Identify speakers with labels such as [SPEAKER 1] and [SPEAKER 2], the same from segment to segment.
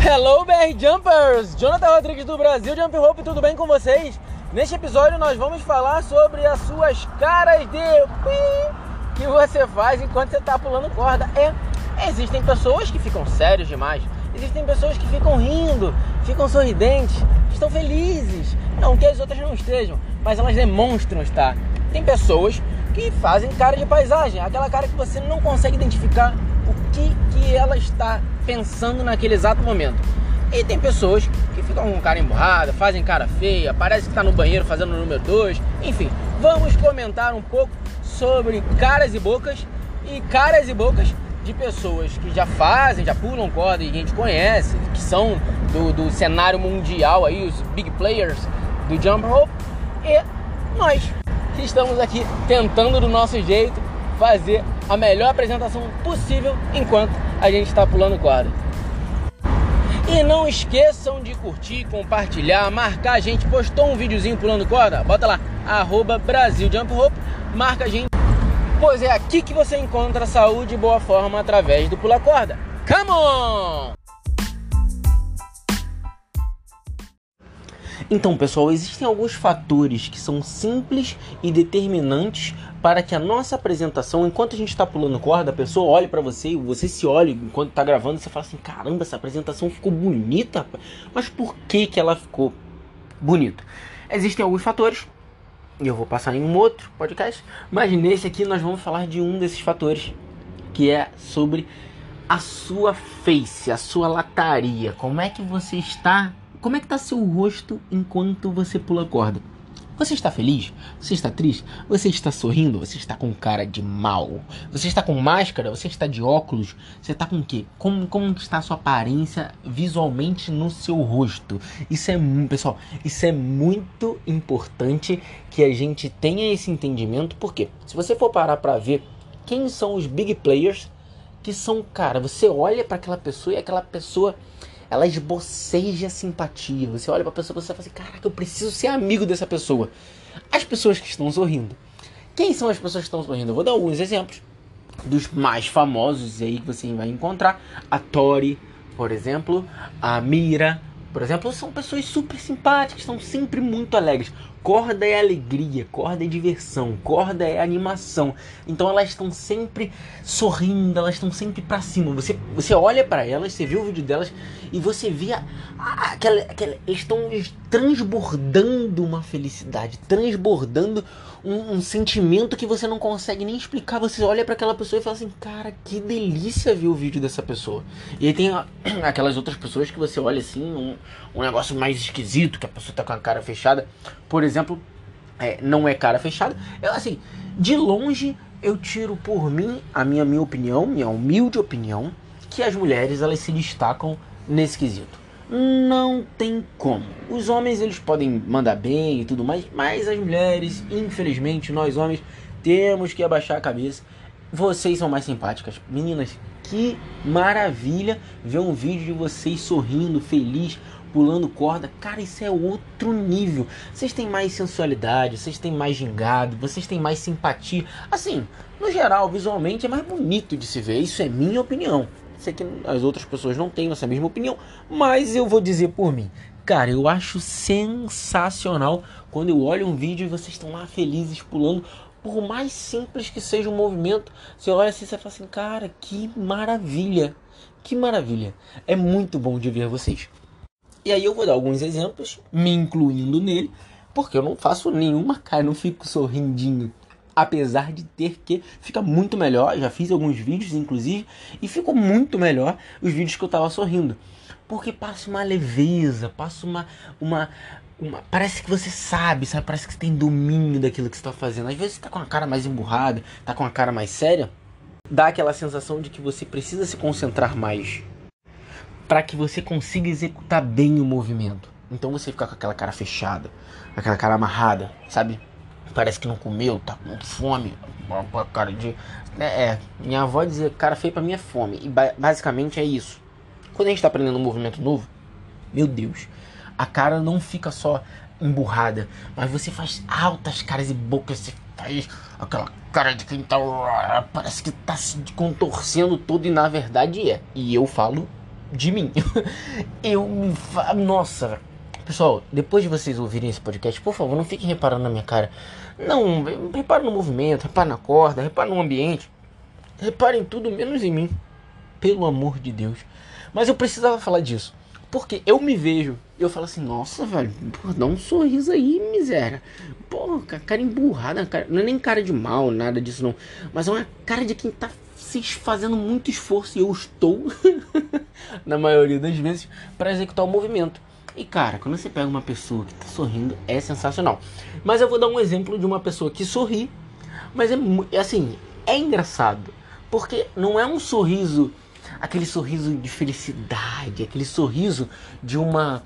[SPEAKER 1] Hello BR Jumpers! Jonathan Rodrigues do Brasil Jump Rope, tudo bem com vocês? Neste episódio nós vamos falar sobre as suas caras de que você faz enquanto você está pulando corda. Existem pessoas que ficam sérios demais, existem pessoas que ficam rindo, ficam sorridentes, estão felizes, não que as outras não estejam, mas elas demonstram estar. Tem pessoas que fazem cara de paisagem, aquela cara que você não consegue identificar o que ela está pensando naquele exato momento. E tem pessoas que ficam com cara emburrada, fazem cara feia, parece que está no banheiro fazendo o número 2. Enfim, vamos comentar um pouco sobre caras e bocas de pessoas que já pulam corda e a gente conhece, que são do cenário mundial aí, os big players do jump rope, e nós que estamos aqui tentando do nosso jeito fazer a melhor apresentação possível enquanto a gente está pulando corda. E não esqueçam de curtir, compartilhar, marcar a gente. Postou um videozinho pulando corda? Bota lá, @BrasilJumpRope, marca a gente, pois é aqui que você encontra saúde e boa forma através do pular corda. Come on! Então, pessoal, existem alguns fatores que são simples e determinantes para que a nossa apresentação, enquanto a gente está pulando corda, a pessoa olhe para você, você se olha enquanto está gravando e você fala assim: caramba, essa apresentação ficou bonita, rapaz. Mas por que ela ficou bonita? Existem alguns fatores, e eu vou passar em um outro podcast, mas nesse aqui nós vamos falar de um desses fatores, que é sobre a sua face, a sua lataria. Como é que você está? Como é que está seu rosto enquanto você pula corda? Você está feliz? Você está triste? Você está sorrindo? Você está com cara de mal? Você está com máscara? Você está de óculos? Você está com o quê? Como está a sua aparência visualmente no seu rosto? Pessoal, isso é muito importante que a gente tenha esse entendimento, porque se você for parar para ver quem são os big players, que são, cara, você olha para aquela pessoa e aquela pessoa, ela esboceja simpatia. Você olha pra pessoa e você fala assim: caraca, eu preciso ser amigo dessa pessoa. As pessoas que estão sorrindo. Quem são as pessoas que estão sorrindo? Eu vou dar alguns exemplos dos mais famosos aí que você vai encontrar. A Tori, por exemplo. A Mira, por exemplo. São pessoas super simpáticas, estão sempre muito alegres. Corda é alegria, corda é diversão, corda é animação. Então elas estão sempre sorrindo, elas estão sempre pra cima. Você olha pra elas, você vê o vídeo delas e você vê eles estão transbordando uma felicidade, transbordando um sentimento que você não consegue nem explicar. Você olha pra aquela pessoa e fala assim: cara, que delícia ver o vídeo dessa pessoa. E aí tem aquelas outras pessoas que você olha assim, um negócio mais esquisito, que a pessoa tá com a cara fechada. Por exemplo, não é cara fechada. Assim, de longe eu tiro por mim, a minha opinião, minha humilde opinião, que as mulheres elas se destacam nesse quesito. Não tem como. Os homens eles podem mandar bem e tudo mais, mas as mulheres, infelizmente, nós homens temos que abaixar a cabeça. Vocês são mais simpáticas. Meninas, que maravilha ver um vídeo de vocês sorrindo, feliz, pulando corda. Cara, isso é outro nível. Vocês têm mais sensualidade, vocês têm mais gingado, vocês têm mais simpatia. Assim, no geral, visualmente é mais bonito de se ver. Isso é minha opinião. Sei que as outras pessoas não têm essa mesma opinião, mas eu vou dizer por mim. Cara, eu acho sensacional quando eu olho um vídeo e vocês estão lá felizes pulando. Por mais simples que seja o movimento, você olha assim e fala assim: cara, que maravilha. Que maravilha. É muito bom de ver vocês. E aí eu vou dar alguns exemplos, me incluindo nele, porque eu não faço nenhuma cara, não fico sorrindinho. Apesar de ter que, fica muito melhor. Já fiz alguns vídeos, inclusive, e ficou muito melhor os vídeos que eu tava sorrindo. Porque passa uma leveza, passa uma parece que você sabe, parece que você tem domínio daquilo que você tá fazendo. Às vezes você tá com a cara mais emburrada, tá com a cara mais séria, dá aquela sensação de que você precisa se concentrar mais para que você consiga executar bem o movimento. Então você fica com aquela cara fechada, aquela cara amarrada, sabe? Parece que não comeu, tá com fome, cara de... minha avó dizia: cara feio pra mim é fome. E basicamente é isso. Quando a gente tá aprendendo um movimento novo, meu Deus, a cara não fica só emburrada, mas você faz altas caras e bocas, você faz aquela cara de quem tá... parece que tá se contorcendo todo, e na verdade é. E eu falo de mim. Nossa, pessoal, depois de vocês ouvirem esse podcast, por favor, não fiquem reparando na minha cara. Não, reparem no movimento, reparem na corda, reparem no ambiente. Reparem tudo menos em mim. Pelo amor de Deus. Mas eu precisava falar disso. Porque eu me vejo, eu falo assim, nossa, velho, pô, dá um sorriso aí, miséria. Pô, cara emburrada, cara, não é nem cara de mal, nada disso não. Mas é uma cara de quem tá se fazendo muito esforço, e eu estou, na maioria das vezes, para executar o movimento. E cara, quando você pega uma pessoa que tá sorrindo, é sensacional. Mas eu vou dar um exemplo de uma pessoa que sorri, mas é assim, é engraçado. Porque não é um sorriso, aquele sorriso de felicidade, aquele sorriso de uma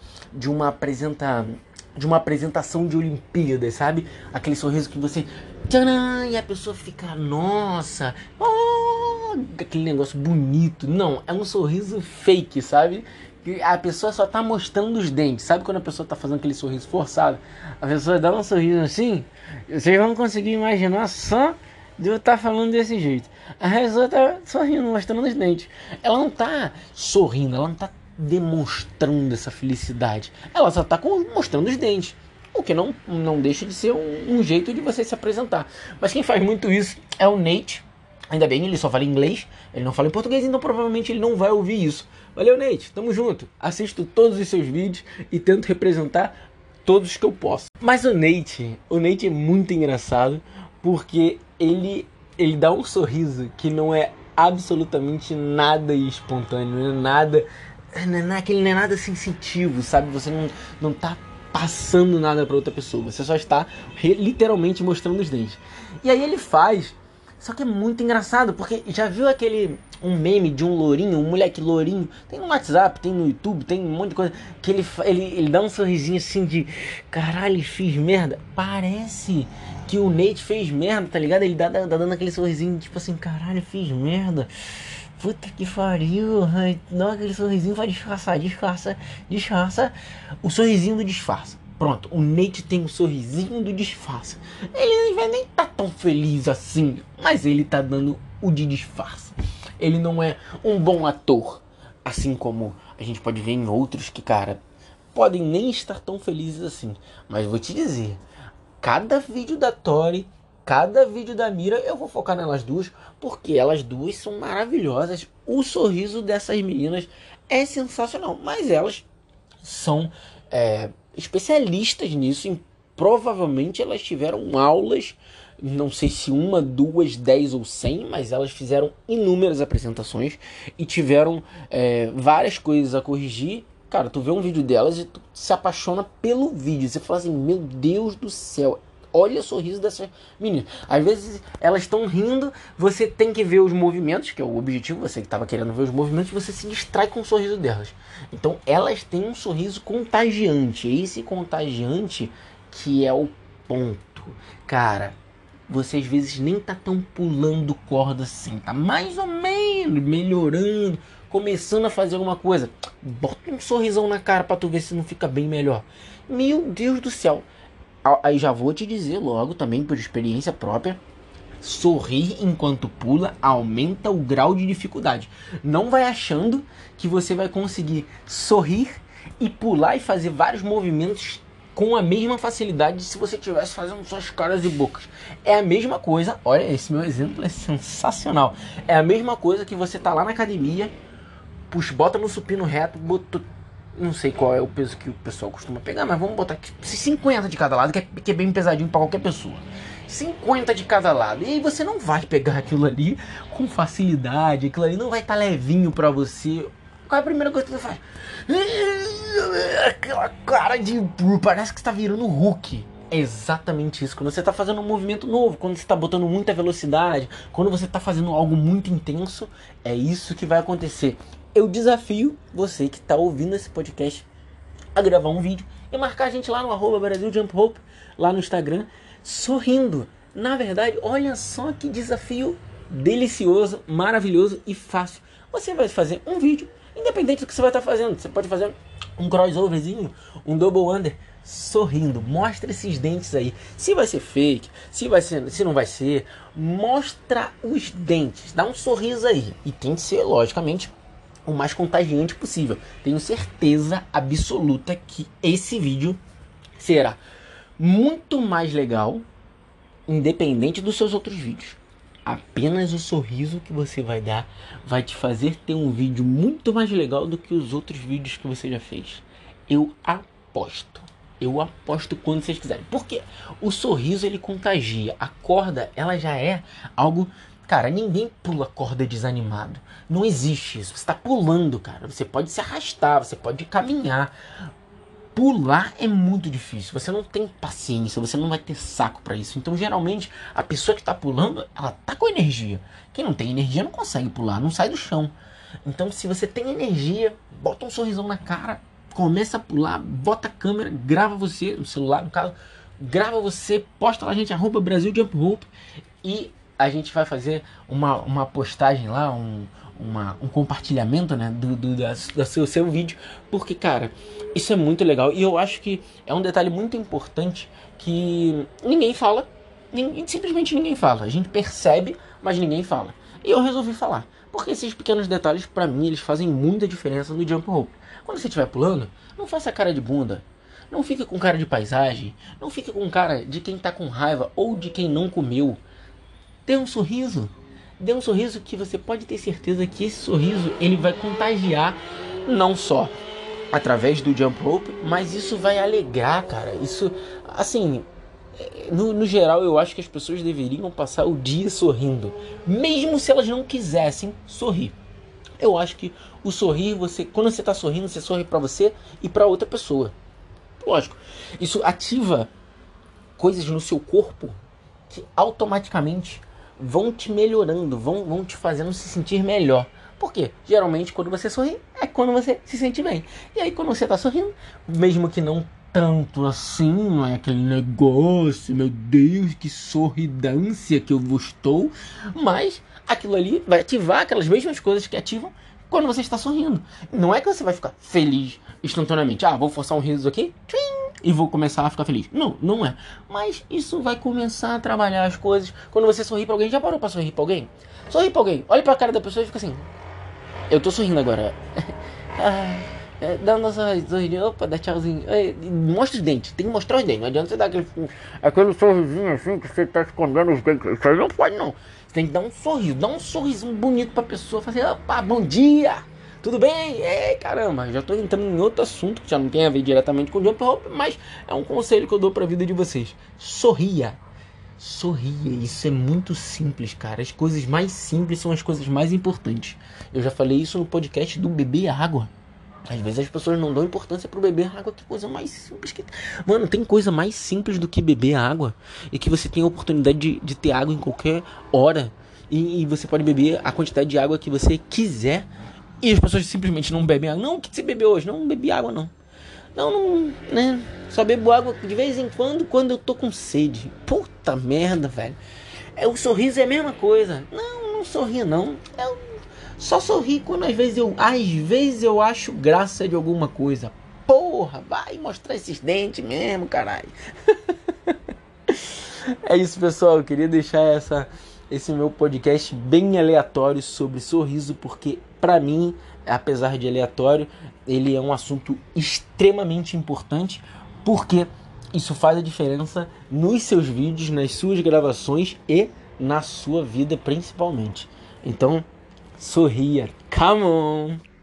[SPEAKER 1] apresentação de Olimpíadas, sabe? Aquele sorriso que você, tcharam, e a pessoa fica, nossa, oh, aquele negócio bonito. Não, é um sorriso fake, sabe? Que a pessoa só tá mostrando os dentes. Sabe quando a pessoa tá fazendo aquele sorriso forçado? A pessoa dá um sorriso assim, vocês vão conseguir imaginar só de eu estar falando desse jeito. A pessoa tá sorrindo, mostrando os dentes. Ela não tá sorrindo, ela não tá demonstrando essa felicidade. Ela só tá mostrando os dentes. O que não deixa de ser um jeito de você se apresentar. Mas quem faz muito isso é o Nate. Ainda bem, ele só fala inglês, ele não fala em português, então provavelmente ele não vai ouvir isso. Valeu, Nate, tamo junto. Assisto todos os seus vídeos e tento representar todos que eu posso. Mas o Nate é muito engraçado, porque ele dá um sorriso que não é absolutamente nada espontâneo, não é nada sensitivo, sabe? Você não tá passando nada pra outra pessoa, você só está literalmente mostrando os dentes. E aí ele faz, só que é muito engraçado, porque já viu um meme de um lourinho, um moleque lourinho, tem no WhatsApp, tem no YouTube, tem um monte de coisa, que ele dá um sorrisinho assim de, caralho, fiz merda. Parece que o Nate fez merda, tá ligado? Ele tá dando aquele sorrisinho, tipo assim, caralho, fiz merda. Puta que pariu. Dá aquele sorrisinho, vai disfarça. O sorrisinho do disfarça. Pronto, o Nate tem um sorrisinho do disfarça. Ele não vai nem tá tão feliz assim, mas ele tá dando o de disfarça. Ele não é um bom ator, assim como a gente pode ver em outros que, cara, podem nem estar tão felizes assim. Mas vou te dizer, cada vídeo da Tori, cada vídeo da Mira, eu vou focar nelas duas, porque elas duas são maravilhosas. O sorriso dessas meninas é sensacional, mas elas são especialistas nisso. E provavelmente elas tiveram aulas, não sei se 1, 2, 10 ou 100, mas elas fizeram inúmeras apresentações e tiveram várias coisas a corrigir. Cara, tu vê um vídeo delas e tu se apaixona pelo vídeo. Você fala assim, meu Deus do céu, olha o sorriso dessas meninas. Às vezes elas estão rindo, você tem que ver os movimentos, que é o objetivo, você que estava querendo ver os movimentos, você se distrai com o sorriso delas. Então elas têm um sorriso contagiante. Esse contagiante que é o ponto. Cara, você às vezes nem tá tão pulando corda assim, tá mais ou menos melhorando, começando a fazer alguma coisa. Bota um sorrisão na cara pra tu ver se não fica bem melhor. Meu Deus do céu. Aí já vou te dizer logo também, por experiência própria, sorrir enquanto pula aumenta o grau de dificuldade. Não vai achando que você vai conseguir sorrir e pular e fazer vários movimentos com a mesma facilidade se você estivesse fazendo suas caras e bocas. É a mesma coisa, olha, esse meu exemplo é sensacional. É a mesma coisa que você tá lá na academia, puxa, bota no supino reto, botou, não sei qual é o peso que o pessoal costuma pegar, mas vamos botar aqui 50 de cada lado, que é bem pesadinho para qualquer pessoa. 50 de cada lado. E aí você não vai pegar aquilo ali com facilidade, aquilo ali não vai estar levinho para você. Qual é a primeira coisa que você faz? Aquela cara de... parece que você tá virando Hulk. É exatamente isso. Quando você tá fazendo um movimento novo, quando você tá botando muita velocidade, quando você tá fazendo algo muito intenso, é isso que vai acontecer. Eu desafio você que tá ouvindo esse podcast a gravar um vídeo e marcar a gente lá no @BrasilJumpRope, lá no Instagram, sorrindo. Na verdade, olha só que desafio delicioso, maravilhoso e fácil. Você vai fazer um vídeo, independente do que você vai estar fazendo. Você pode fazer um crossoverzinho, um double under, sorrindo. Mostra esses dentes aí. Se vai ser fake, se não vai ser, mostra os dentes. Dá um sorriso aí. E tem que ser, logicamente, o mais contagiante possível. Tenho certeza absoluta que esse vídeo será muito mais legal, independente dos seus outros vídeos. Apenas o sorriso que você vai dar vai te fazer ter um vídeo muito mais legal do que os outros vídeos que você já fez. Eu aposto. Eu aposto quando vocês quiserem. Porque o sorriso, ele contagia. A corda, ela já é algo... Cara, ninguém pula corda desanimado. Não existe isso. Você está pulando, cara. Você pode se arrastar, você pode caminhar. Pular é muito difícil. Você não tem paciência, você não vai ter saco pra isso. Então, geralmente, a pessoa que tá pulando, ela tá com energia. Quem não tem energia não consegue pular, não sai do chão. Então, se você tem energia, bota um sorrisão na cara, começa a pular, bota a câmera, grava você, no celular no caso, grava você, posta lá, gente, @Brasil Jump Rope, e a gente vai fazer uma postagem lá, um compartilhamento, né, do seu vídeo, porque, cara, isso é muito legal, e eu acho que é um detalhe muito importante que ninguém fala, simplesmente ninguém fala, a gente percebe, mas ninguém fala, e eu resolvi falar, porque esses pequenos detalhes, pra mim, eles fazem muita diferença no jump rope. Quando você estiver pulando, não faça cara de bunda, não fique com cara de paisagem, não fique com cara de quem tá com raiva, ou de quem não comeu. Dê um sorriso. Dê um sorriso que você pode ter certeza que esse sorriso, ele vai contagiar não só através do jump rope, mas isso vai alegrar, cara. Isso, assim, no geral, eu acho que as pessoas deveriam passar o dia sorrindo, mesmo se elas não quisessem sorrir. Eu acho que o sorrir, quando você tá sorrindo, você sorri pra você e pra outra pessoa. Lógico, isso ativa coisas no seu corpo que automaticamente vão te melhorando, vão te fazendo se sentir melhor. Por quê? Geralmente quando você sorri é quando você se sente bem. E aí quando você tá sorrindo, mesmo que não tanto assim, não é aquele negócio, meu Deus, que sorridância que eu estou, mas aquilo ali vai ativar aquelas mesmas coisas que ativam quando você está sorrindo. Não é que você vai ficar feliz instantaneamente. Vou forçar um riso aqui, tchim, e vou começar a ficar feliz. Não, não é. Mas isso vai começar a trabalhar as coisas. Quando você sorri pra alguém, já parou pra sorrir pra alguém? Sorri pra alguém, olha pra cara da pessoa e fica assim. Eu tô sorrindo agora. Dá um sorrisinho, opa, dá tchauzinho. Mostra os dentes, tem que mostrar os dentes. Não adianta você dar aquele sorrisinho assim que você tá escondendo os dentes. Isso aí não pode não. Você tem que dar um sorriso, dar um sorrisinho bonito pra pessoa. Fazer, opa, bom dia! Tudo bem? Caramba, já tô entrando em outro assunto que já não tem a ver diretamente com o jump rope, mas é um conselho que eu dou pra vida de vocês. Sorria. Sorria, isso é muito simples, cara. As coisas mais simples são as coisas mais importantes. Eu já falei isso no podcast do beber água. Às vezes as pessoas não dão importância pro beber água, que coisa mais simples que... Mano, tem coisa mais simples do que beber água. E que você tem a oportunidade de ter água em qualquer hora. E você pode beber a quantidade de água que você quiser. E as pessoas simplesmente não bebem água. Não, o que você bebeu hoje? Não bebi água, não. Não, né? Só bebo água de vez em quando eu tô com sede. Puta merda, velho. O sorriso é a mesma coisa. Não sorria, não. Eu só sorri quando às vezes eu acho graça de alguma coisa. Porra, vai mostrar esses dentes mesmo, caralho. É isso, pessoal. Eu queria deixar esse meu podcast bem aleatório sobre sorriso, porque pra mim, apesar de aleatório, ele é um assunto extremamente importante, porque isso faz a diferença nos seus vídeos, nas suas gravações e na sua vida principalmente. Então, sorria. Come on!